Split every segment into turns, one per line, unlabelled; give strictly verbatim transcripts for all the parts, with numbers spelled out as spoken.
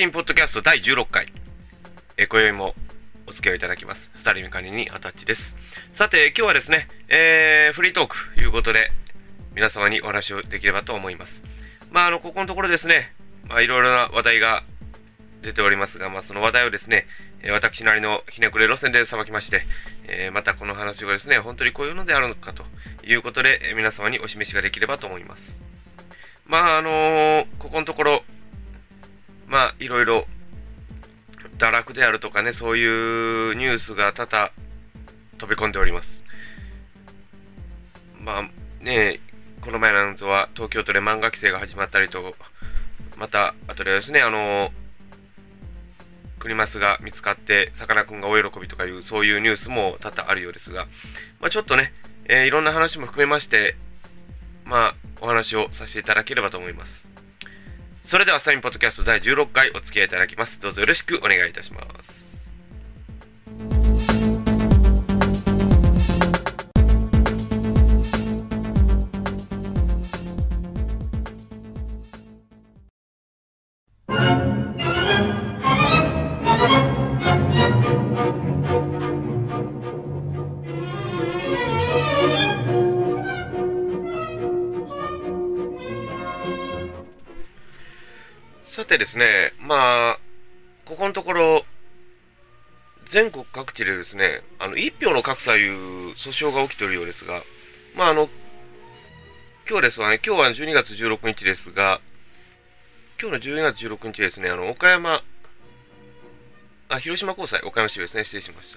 リンポッドキャストだいじゅうろっかい、えー、今宵もお付き合いいただきますスタリン管理人アタッチです。さて今日はですね、えー、フリートークということで皆様にお話をできればと思います。まああのここのところですね、まあいろいろな話題が出ておりますが、まあその話題をですね、えー、私なりのひねくれ路線でさばきまして、えー、またこの話がですね本当にこういうのであるのかということで、えー、皆様にお示しができればと思います。まああのー、ここのところまあいろいろ堕落であるとかね、そういうニュースが多々飛び込んでおります。まあね、この前なんぞは東京都で漫画規制が始まったりと、またあとでですね、あのクニマスが見つかってさかなクンが大喜びとかいうそういうニュースも多々あるようですが、まあ、ちょっとね、えー、いろんな話も含めましてまあお話をさせていただければと思います。それではスタインポッドキャストだいじゅうろっかいお付き合いいただきます。どうぞよろしくお願いいたします。さてですね、まあここのところ全国各地でですね、あの一票の格差いう訴訟が起きているようですが、まああの今日ですわね、今日はじゅうにがつじゅうろくにちですが、今日のじゅうにがつじゅうろくにちですね、あの岡山あ広島高裁、岡山市ですね、失礼しました。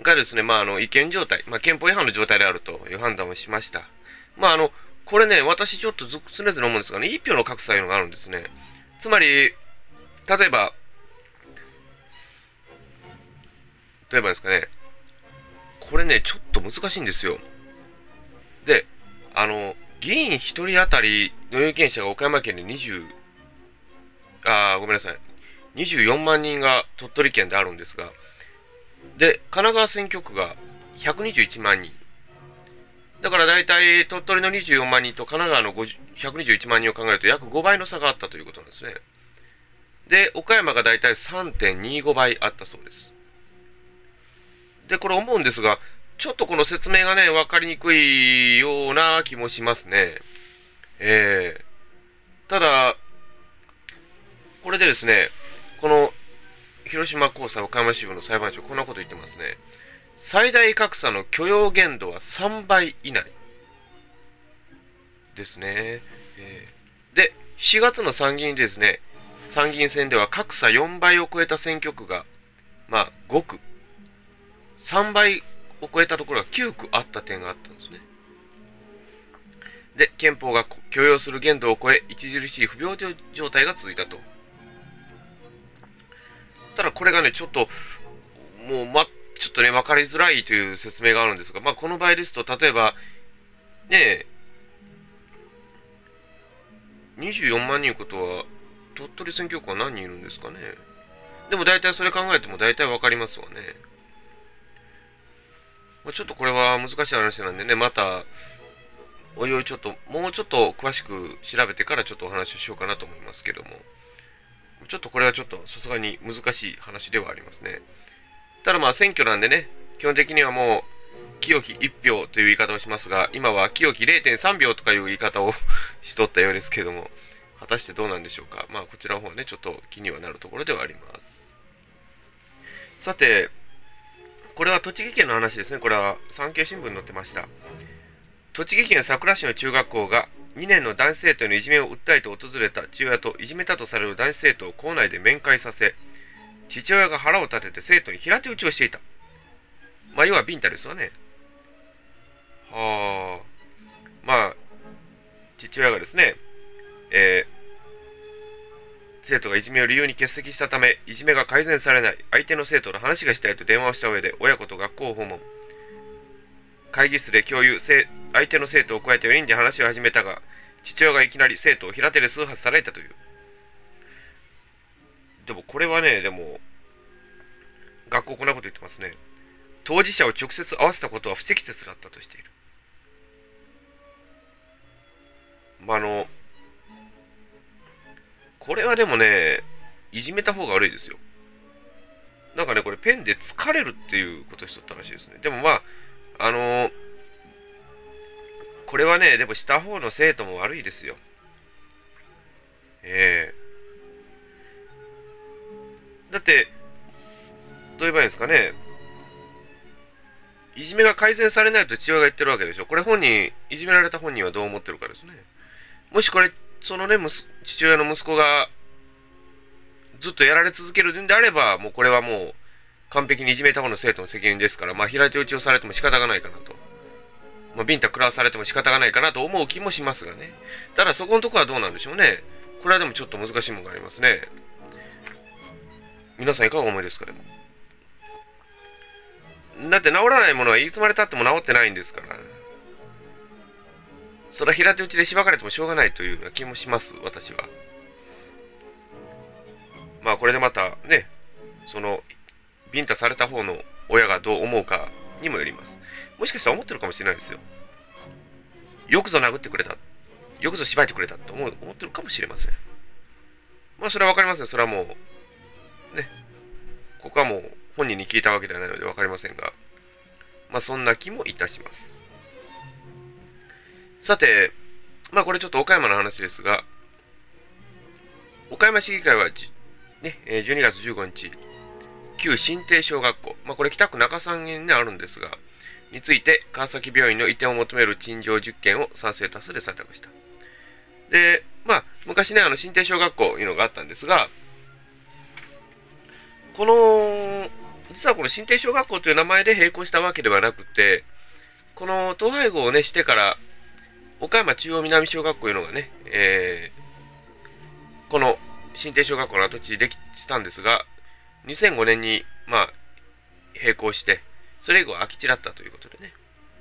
がですね、まあ、あの違憲状態、まあ、憲法違反の状態であるという判断をしました。まあ、あのこれね、私ちょっとず常々思うんですがね、一票の格差というのがあるんですね。つまり、例えば、例えばですかね、これね、ちょっと難しいんですよ。で、あの、議員ひとり当たりの有権者が岡山県でにじゅう、あー、ごめんなさい、にじゅうよんまんにんが鳥取県であるんですが、で、神奈川選挙区がひゃくにじゅういちまんにん。だから大体鳥取のにじゅうよんまんにんと神奈川のひゃくにじゅういちまんにんを考えると約ごばいの差があったということなんですね。で、岡山が大体 さんてんにじゅうご 倍あったそうです。で、これ思うんですが、ちょっとこの説明がね、わかりにくいような気もしますね。えー、ただ、これでですね、この広島高裁岡山支部の裁判長、こんなこと言ってますね。最大格差の許容限度はさんばい以内ですね。えー、で、しがつの参議院でですね、参議院選では格差よんばいを超えた選挙区が、まあ、ごく、さんばいを超えたところがきゅうくあった点があったんですね。で、憲法が許容する限度を超え、著しい不平等状態が続いたと。ただこれがね、ちょっと、もう、ま、ちょっとね、分かりづらいという説明があるんですが、まあ、この場合ですと、例えば、ねえ、にじゅうよんまんにんいうことは、鳥取選挙区は何人いるんですかね。でも大体それ考えても大体分かりますわね。まあ、ちょっとこれは難しい話なんでね、また、おいおいちょっと、もうちょっと詳しく調べてからちょっとお話をしようかなと思いますけども、ちょっとこれはちょっとさすがに難しい話ではありますね。ただまあ選挙なんでね、基本的にはもう、清きいっぴょうという言い方をしますが、今は清き れいてんさんびょうとかいう言い方をしとったようですけども、果たしてどうなんでしょうか。まあこちらの方はね、ちょっと気にはなるところではあります。さて、これは栃木県の話ですね。これは産経新聞に載ってました。栃木県佐倉市の中学校がにねんの男子生徒へのいじめを訴えて訪れた父親といじめたとされる男子生徒を校内で面会させ、父親が腹を立てて生徒に平手打ちをしていた。まあ要はビンタですわね。はあ。まあ父親がですね、えー生徒がいじめを理由に欠席したため、いじめが改善されない、相手の生徒と話がしたいと電話をした上で、親子と学校を訪問。会議室で共有、相手の生徒を加えてよにんで話を始めたが、父親がいきなり生徒を平手で数発されたという。でもこれはね、でも、学校こんなこと言ってますね。当事者を直接会わせたことは不適切だったとしている。まあ、あの、これはでもね、 いじめた方が悪いですよ。なんかね、これペンで疲れるっていうことしとったらしいですね。でもまあ、あのーこれはね、でもした方の生徒も悪いですよ。ええだって、どう言えばいいんですかね。いじめが改善されないと父親が言ってるわけでしょ。これ本人、いじめられた本人はどう思ってるかですね。もしこれ、そのね、父親の息子がずっとやられ続けるんであれば、もうこれはもう完璧にいじめた方の生徒の責任ですから、まあ平手打ちをされても仕方がないかなと。まあ、ビンタ食らわされても仕方がないかなと思う気もしますがね。ただそこのところはどうなんでしょうね。これはでもちょっと難しいものがありますね。皆さんいかがお思いですか？でもだって治らないものはいつまでたっても治ってないんですから。それは平手打ちでしばかれてもしょうがないというような気もします、私は。まあこれでまたね、そのビンタされた方の親がどう思うかにもよります。もしかしたら思ってるかもしれないですよ。よくぞ殴ってくれた。よくぞ縛いてくれたと思う思ってるかもしれません。まあそれはわかりません。それはもう、ね、ここはもう本人に聞いたわけではないのでわかりませんが、まあそんな気もいたします。さて、まあこれちょっと岡山の話ですが、岡山市議会はね、じゅうにがつじゅうごにち、旧新定小学校、まあこれ北区中山にあるんですが、について川崎病院の移転を求める陳情じゅっけんを賛成多数で採択した。で、まあ昔ね、あの新定小学校いうのがあったんですが、この、実はこの新定小学校という名前で並行したわけではなくて、この統廃合をね、してから、岡山中央南小学校いうのがね、えー、この新定小学校の跡地できしたんですが、にせんごねんに、まあ、並行して、それ以後空き地だったということでね。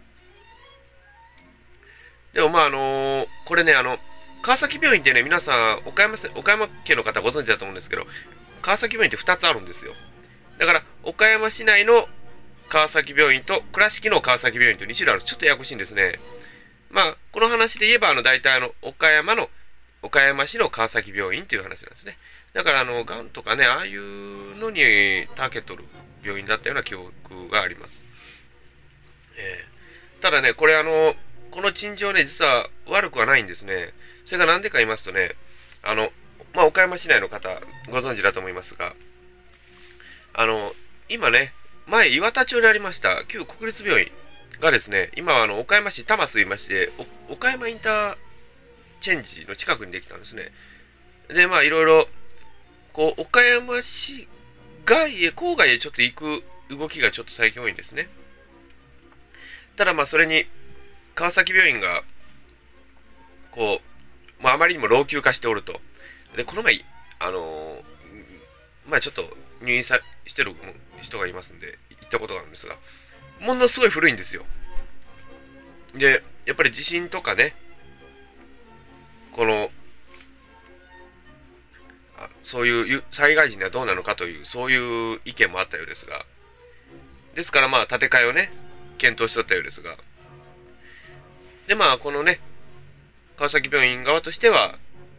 でもまああのーこれね、あの、川崎病院ってね、皆さん、岡山せ、岡山県の方ご存知だと思うんですけど、川崎病院ってふたつあるんですよ。だから、岡山市内の川崎病院と倉敷の川崎病院とに種類ある。ちょっとややこしいんですね。まあ、この話で言えば、あの、大体あの、岡山の、岡山市の川崎病院という話なんですね。だから、あの、がんとかね、ああいうのにターゲットる病院だったような記憶があります。えー、ただね、これあの、この陳情ね、実は悪くはないんですね。それが何でか言いますとね、あの、まあ、岡山市内の方、ご存知だと思いますが、あの、今ね、前岩田町にありました旧国立病院がですね、今はあの岡山市多摩と言いまして、岡山インターチェンジの近くにできたんですね。で、まあいろいろ、こう、岡山市外へ、郊外へちょっと行く動きがちょっと最近多いんですね。ただまあそれに、川崎病院が、こう、まああまりにも老朽化しておると。で、この前、あのーまあちょっと入院さしてる人がいますんで、行ったことがあるんですが、ものすごい古いんですよ。で、やっぱり地震とかね、この、あそういう災害時にはどうなのかという、そういう意見もあったようですが、ですからまあ建て替えをね、検討しておったようですが、でまあこのね、川崎病院側としては、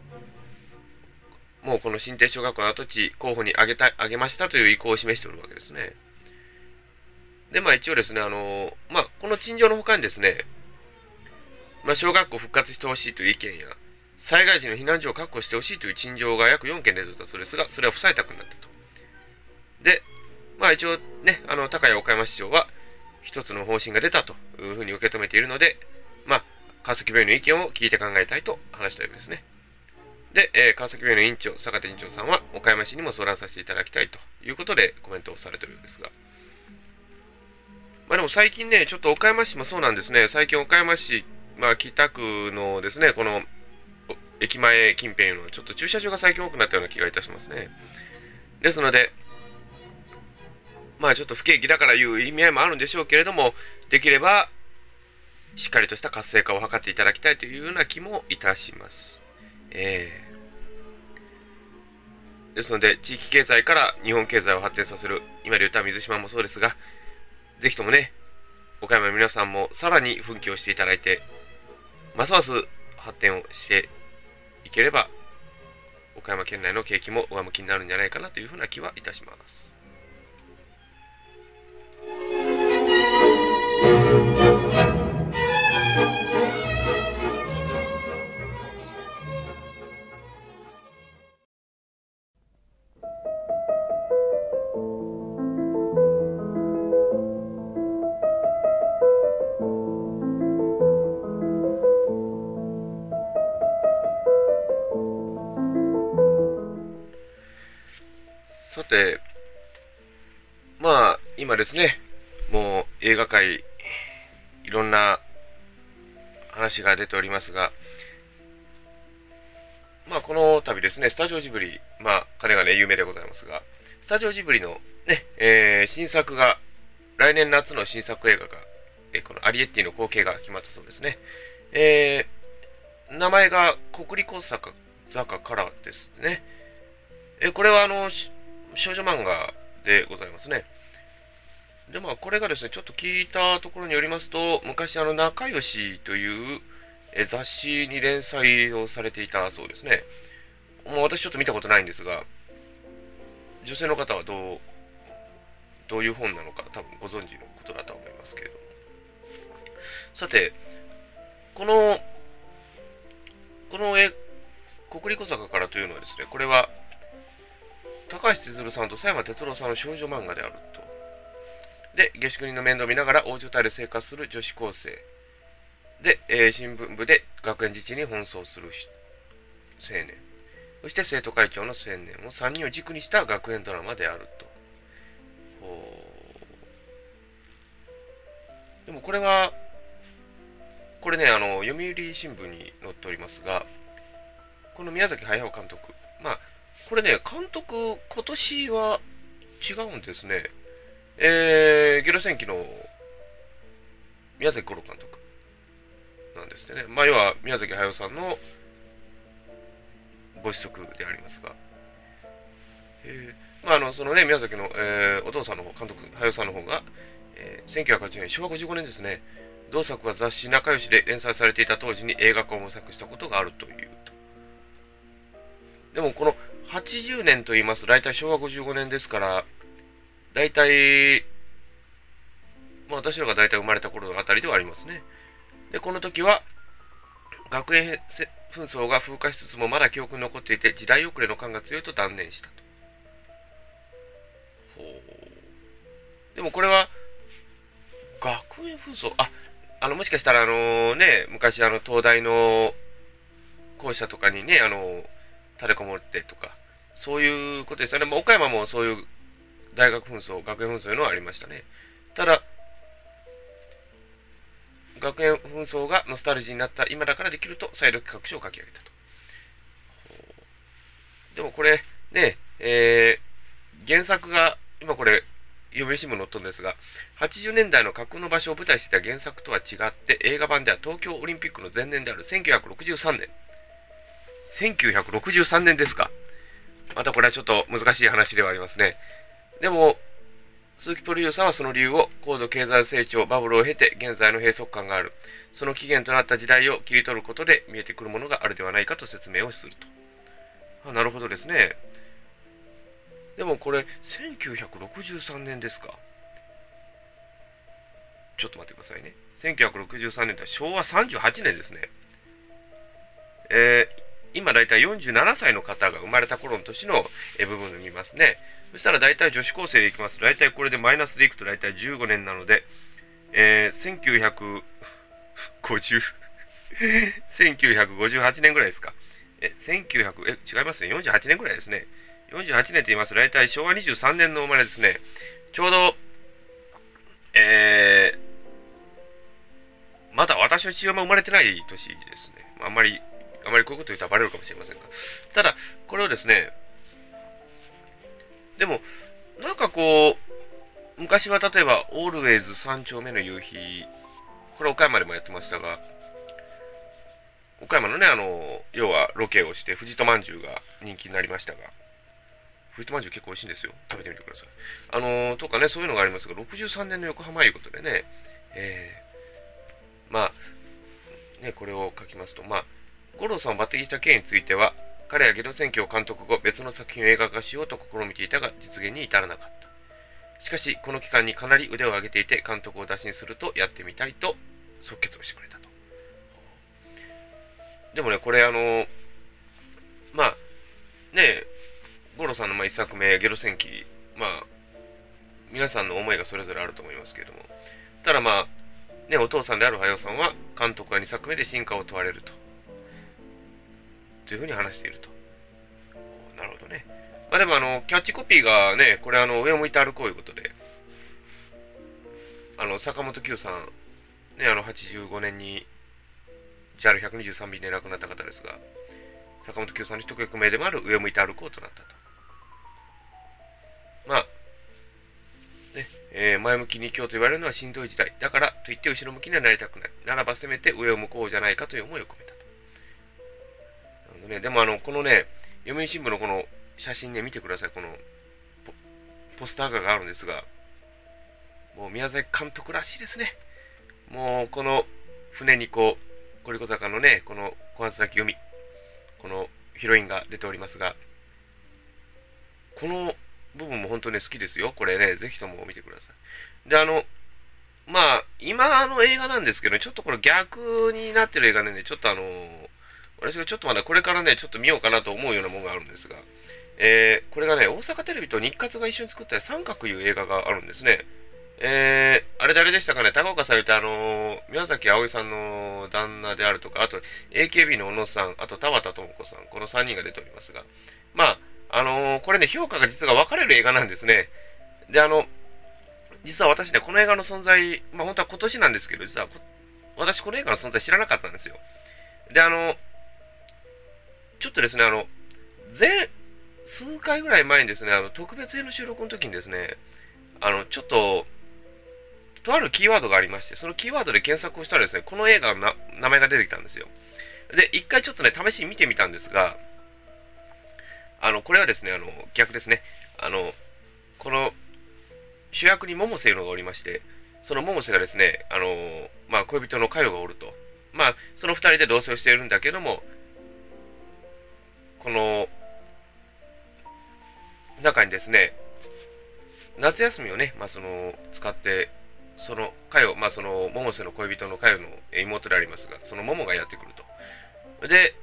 もうこの新定小学校の跡地候補に挙げた、挙げましたという意向を示しておるわけですね。で、まあ一応ですね、あのまあこの陳情の他にですね、まあ小学校復活してほしいという意見や、災害時の避難所を確保してほしいという陳情が約よんけん出てたそうですが、それは不採択になったと。で、まあ一応ね、あの、高谷岡山市長は、一つの方針が出たというふうに受け止めているので、まあ、川崎病院の意見を聞いて考えたいと話したわけですね。で、えー川崎病院の院長、坂手院長さんは、岡山市にも相談させていただきたいということでコメントをされているようですが、まあでも最近ね、ちょっと岡山市もそうなんですね、最近岡山市、まあ北区のですね、この駅前近辺のちょっと駐車場が最近多くなったような気がいたしますね。ですので、まあちょっと不景気だからいう意味合いもあるんでしょうけれども、できればしっかりとした活性化を図っていただきたいというような気もいたします。えー、ですので、地域経済から日本経済を発展させる、今で言った水島もそうですが、ぜひともね、岡山の皆さんもさらに奮起をしていただいて、ますます発展をしていければ岡山県内の景気も上向きになるんじゃないかなというふうな気はいたします。さて、まあ、今ですね、もう映画界、いろんな話が出ておりますが、まあ、この度ですね、スタジオジブリ、まあ、彼がね、有名でございますが、スタジオジブリのね、えー新作が、来年夏の新作映画が、えーこのアリエッティの後継が決まったそうですね。えー名前が国立坂坂からですね。えーこれはあの、し少女漫画でございますね。で、まあ、これがですね、ちょっと聞いたところによりますと、昔、あの、仲良しというえ雑誌に連載をされていたそうですね。もう私ちょっと見たことないんですが、女性の方はどう、どういう本なのか、多分ご存知のことだと思いますけれども。さて、この、この絵、国立小坂からというのはですね、これは、高橋千鶴さんと佐山哲郎さんの少女漫画であると。で、下宿人の面倒を見ながら大所帯で生活する女子高生。で、えー新聞部で学園自治に奔走する青年。そして生徒会長の青年をさんにんを軸にした学園ドラマであると。でもこれは、これね、あの、読売新聞に載っておりますが、この宮崎駿監督。まあ、これね、監督、今年は違うんですね。えー、ゲロ戦記の宮崎五郎監督なんですね。まあ、要は宮崎駿さんのご子息でありますが、えーまあ、あのそのね、宮崎の、えーお父さんの方、監督、駿さんの方が、えーせんきゅうひゃくはちじゅうねん、しょうわごじゅうごねんですね、同作は雑誌仲良しで連載されていた当時に映画化を模索したことがあるというと。でもこのはちじゅうねんと言いますと、大体しょうわごじゅうごねんですから、大体、まあ、私らが大体生まれた頃のあたりではありますね。で、この時は、学園紛争が風化しつつもまだ記憶に残っていて、時代遅れの感が強いと断念したと。ほう。でもこれは、学園紛争、あ、あの、もしかしたらあのね、昔あの、東大の校舎とかにね、あの、垂れこもってとか、そういうことですよね。まあ、岡山もそういう大学紛争、学園紛争いうのはありましたね。ただ、学園紛争がノスタルジーになった今だからできると再度企画書を書き上げたと。でもこれ、ね、えー、原作が、今これ、読売新聞に載ったんですが、はちじゅうねんだいの架空の場所を舞台していた原作とは違って、映画版では東京オリンピックの前年であるせんきゅうひゃくろくじゅうさんねん。せんきゅうひゃくろくじゅうさんねんですか。またこれはちょっと難しい話ではありますね。でも、鈴木プロデューサーはその理由を高度経済成長バブルを経て現在の閉塞感がある、その起源となった時代を切り取ることで見えてくるものがあるではないかと説明をすると。あ、なるほどですね。でもこれせんきゅうひゃくろくじゅうさんねんですか。ちょっと待ってくださいね。せんきゅうひゃくろくじゅうさんねんってしょうわさんじゅうはちねんですね。えー、今だいたいよんじゅうななさいの方が生まれた頃の年の部分を見ますね。そしたらだいたい女子高生でいきますと、だいたいこれでマイナスでいくとだいたいじゅうごねんなので、えー、せんきゅうひゃくごじゅう、せんきゅうひゃくごじゅうはちねんぐらいですか。え、せんきゅうひゃく、え、違いますね。よんじゅうはちねんぐらいですね。よんじゅうはちねんと言いますと、だいたいしょうわにじゅうさんねんの生まれですね。ちょうど、えー、まだ私の父親も生まれてない年ですね。あんまり、あまりこういうこと言うとバレるかもしれませんが。ただ、これをですね、でも、なんかこう、昔は例えば、オールウェイズ三丁目の夕日、これ岡山でもやってましたが、岡山のね、あの、要はロケをして、富士とまんじゅうが人気になりましたが、富士とまんじゅう結構美味しいんですよ。食べてみてください。あのーとかね、そういうのがありますが、ろくじゅうさんねんの横浜いうことでね、えー、まあ、ね、これを書きますと、まあ、五郎さんを抜擢した件については、 彼はゲド戦記を監督後、別の作品を映画化しようと試みていたが、実現に至らなかった。しかし、この期間にかなり腕を上げていて、監督を打診するとやってみたいと即決をしてくれたと。でもね、これあの、まあ、ね、五郎さんのまあ一作目、ゲド戦記、まあ、皆さんの思いがそれぞれあると思いますけれども、ただまあ、ね、お父さんである早尾さんは、監督がにさくめで進化を問われると。というふうに話していると。なるほどね。まあでもあの、キャッチコピーがね、これあの、上を向いて歩こういうことで、あの、坂本九さん、ね、あの、はちじゅうごねんに ジャルひゃくにじゅうさん 便で亡くなった方ですが、坂本九さんの一曲名でもある上を向いて歩こうとなったと。まあ、ね、えー前向きに今日と言われるのはしんどい時代。だからといって後ろ向きにはなりたくない。ならばせめて上を向こうじゃないかという思いを込めたと。なるほどね、でもあの、このね、読売新聞のこの写真ね、見てください。このポ、ポスター画があるんですが、もう宮崎監督らしいですね。もうこの船にこう、コリコ坂のね、この小松崎由美、このヒロインが出ておりますが、この部分も本当に好きですよ。これね、ぜひとも見てください。で、あの、まあ、今の映画なんですけど、ちょっとこれ逆になってる映画ね、ちょっとあの、私がちょっとまだこれからね、ちょっと見ようかなと思うようなものがあるんですが、えー、これがね、大阪テレビと日活が一緒に作った三角いう映画があるんですね。えー、あれ誰でしたかね、高岡さん言って、あのー宮崎あおいさんの旦那であるとか、あと エーケービー の小野さん、あと田畑智子さん、このさんにんが出ておりますが、まあ、あのーこれね、評価が実は分かれる映画なんですね。で、あの、実は私ね、この映画の存在、まあ本当は今年なんですけど、実はこ私この映画の存在知らなかったんですよ。で、あの、ちょっとですね、あの、前、数回ぐらい前にですね、あの、特別編の収録の時にですね、あの、ちょっと、とあるキーワードがありまして、そのキーワードで検索をしたらですね、この映画の名前が出てきたんですよ。で、一回ちょっとね、試しに見てみたんですが、あの、これはですね、あの、逆ですね。あの、この主役に百瀬いうのがおりまして、その百瀬がですね、あの、まあ、恋人の佳代がおると。まあ、その二人で同棲をしているんだけども、この中にですね、夏休みをね、まあ、その、使って、その佳代、まあ、その、百瀬の恋人の佳代の妹でありますが、その桃がやってくると。で、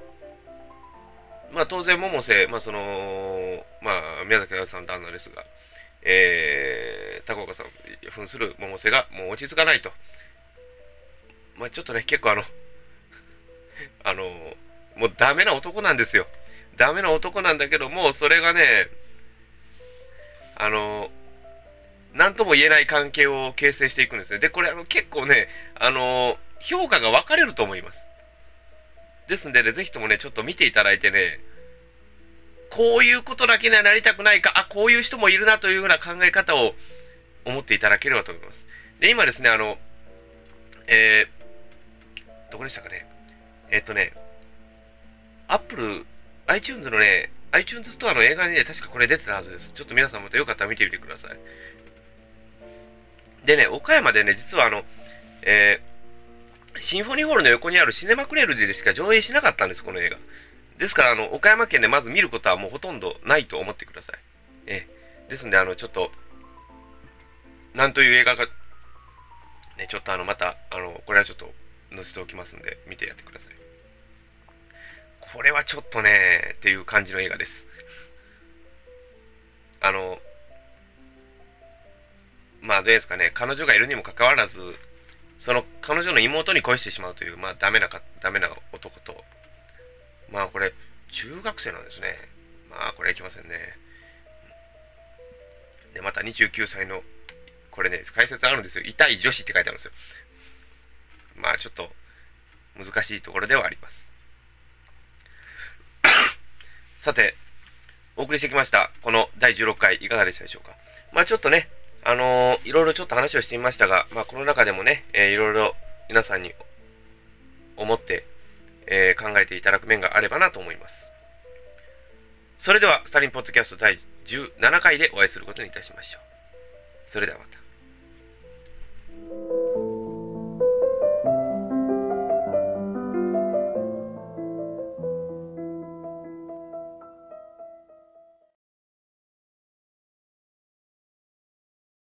まあ、当然百瀬、まあ、その、まあ、宮崎駿さんの旦那ですが、えー、高岡さんを扮する百瀬がもう落ち着かないと。まあ、ちょっとね、結構あの、あの、もうダメな男なんですよ。ダメな男なんだけども、それがね、あの、なんとも言えない関係を形成していくんですね。で、これあの結構ね、あの、評価が分かれると思います。ですんでね、ぜひともね、ちょっと見ていただいてね、こういうことだけにはなりたくないか、あ、こういう人もいるなというような考え方を思っていただければと思います。で、今ですね、あの、えー、どこでしたかね。えーっとね、Apple、iTunes のね、iTunes ストアの映画にね、確かこれ出てたはずです。ちょっと皆さんまたよかったら見てみてください。でね、岡山でね、実はあの、えー、シンフォニーホールの横にあるシネマクレルでしか上映しなかったんです、この映画。ですから、あの、岡山県でまず見ることはもうほとんどないと思ってください。えー、ですんで、あの、ちょっと、なんという映画か、ね、ちょっとあの、また、あの、これはちょっと載せておきますんで、見てやってください。これはちょっとね、っていう感じの映画です。あの、まあ、どうですかね、彼女がいるにもかかわらず、その彼女の妹に恋してしまうという、まあ、ダメなか、ダメな男と、まあ、これ、中学生なんですね。まあ、これはいけませんね。で、またにじゅうきゅうさいの、これね、解説あるんですよ。痛い女子って書いてあるんですよ。まあ、ちょっと、難しいところではあります。さて、お送りしてきました。このだいじゅうろっかい、いかがでしたでしょうか。まあ、ちょっとね、あのーいろいろちょっと話をしてみましたが、まあ、この中でもね、えーいろいろ皆さんに思って、えー考えていただく面があればなと思います。それでは、スタリンポッドキャストだいじゅうななかいでお会いすることにいたしましょう。それではまた。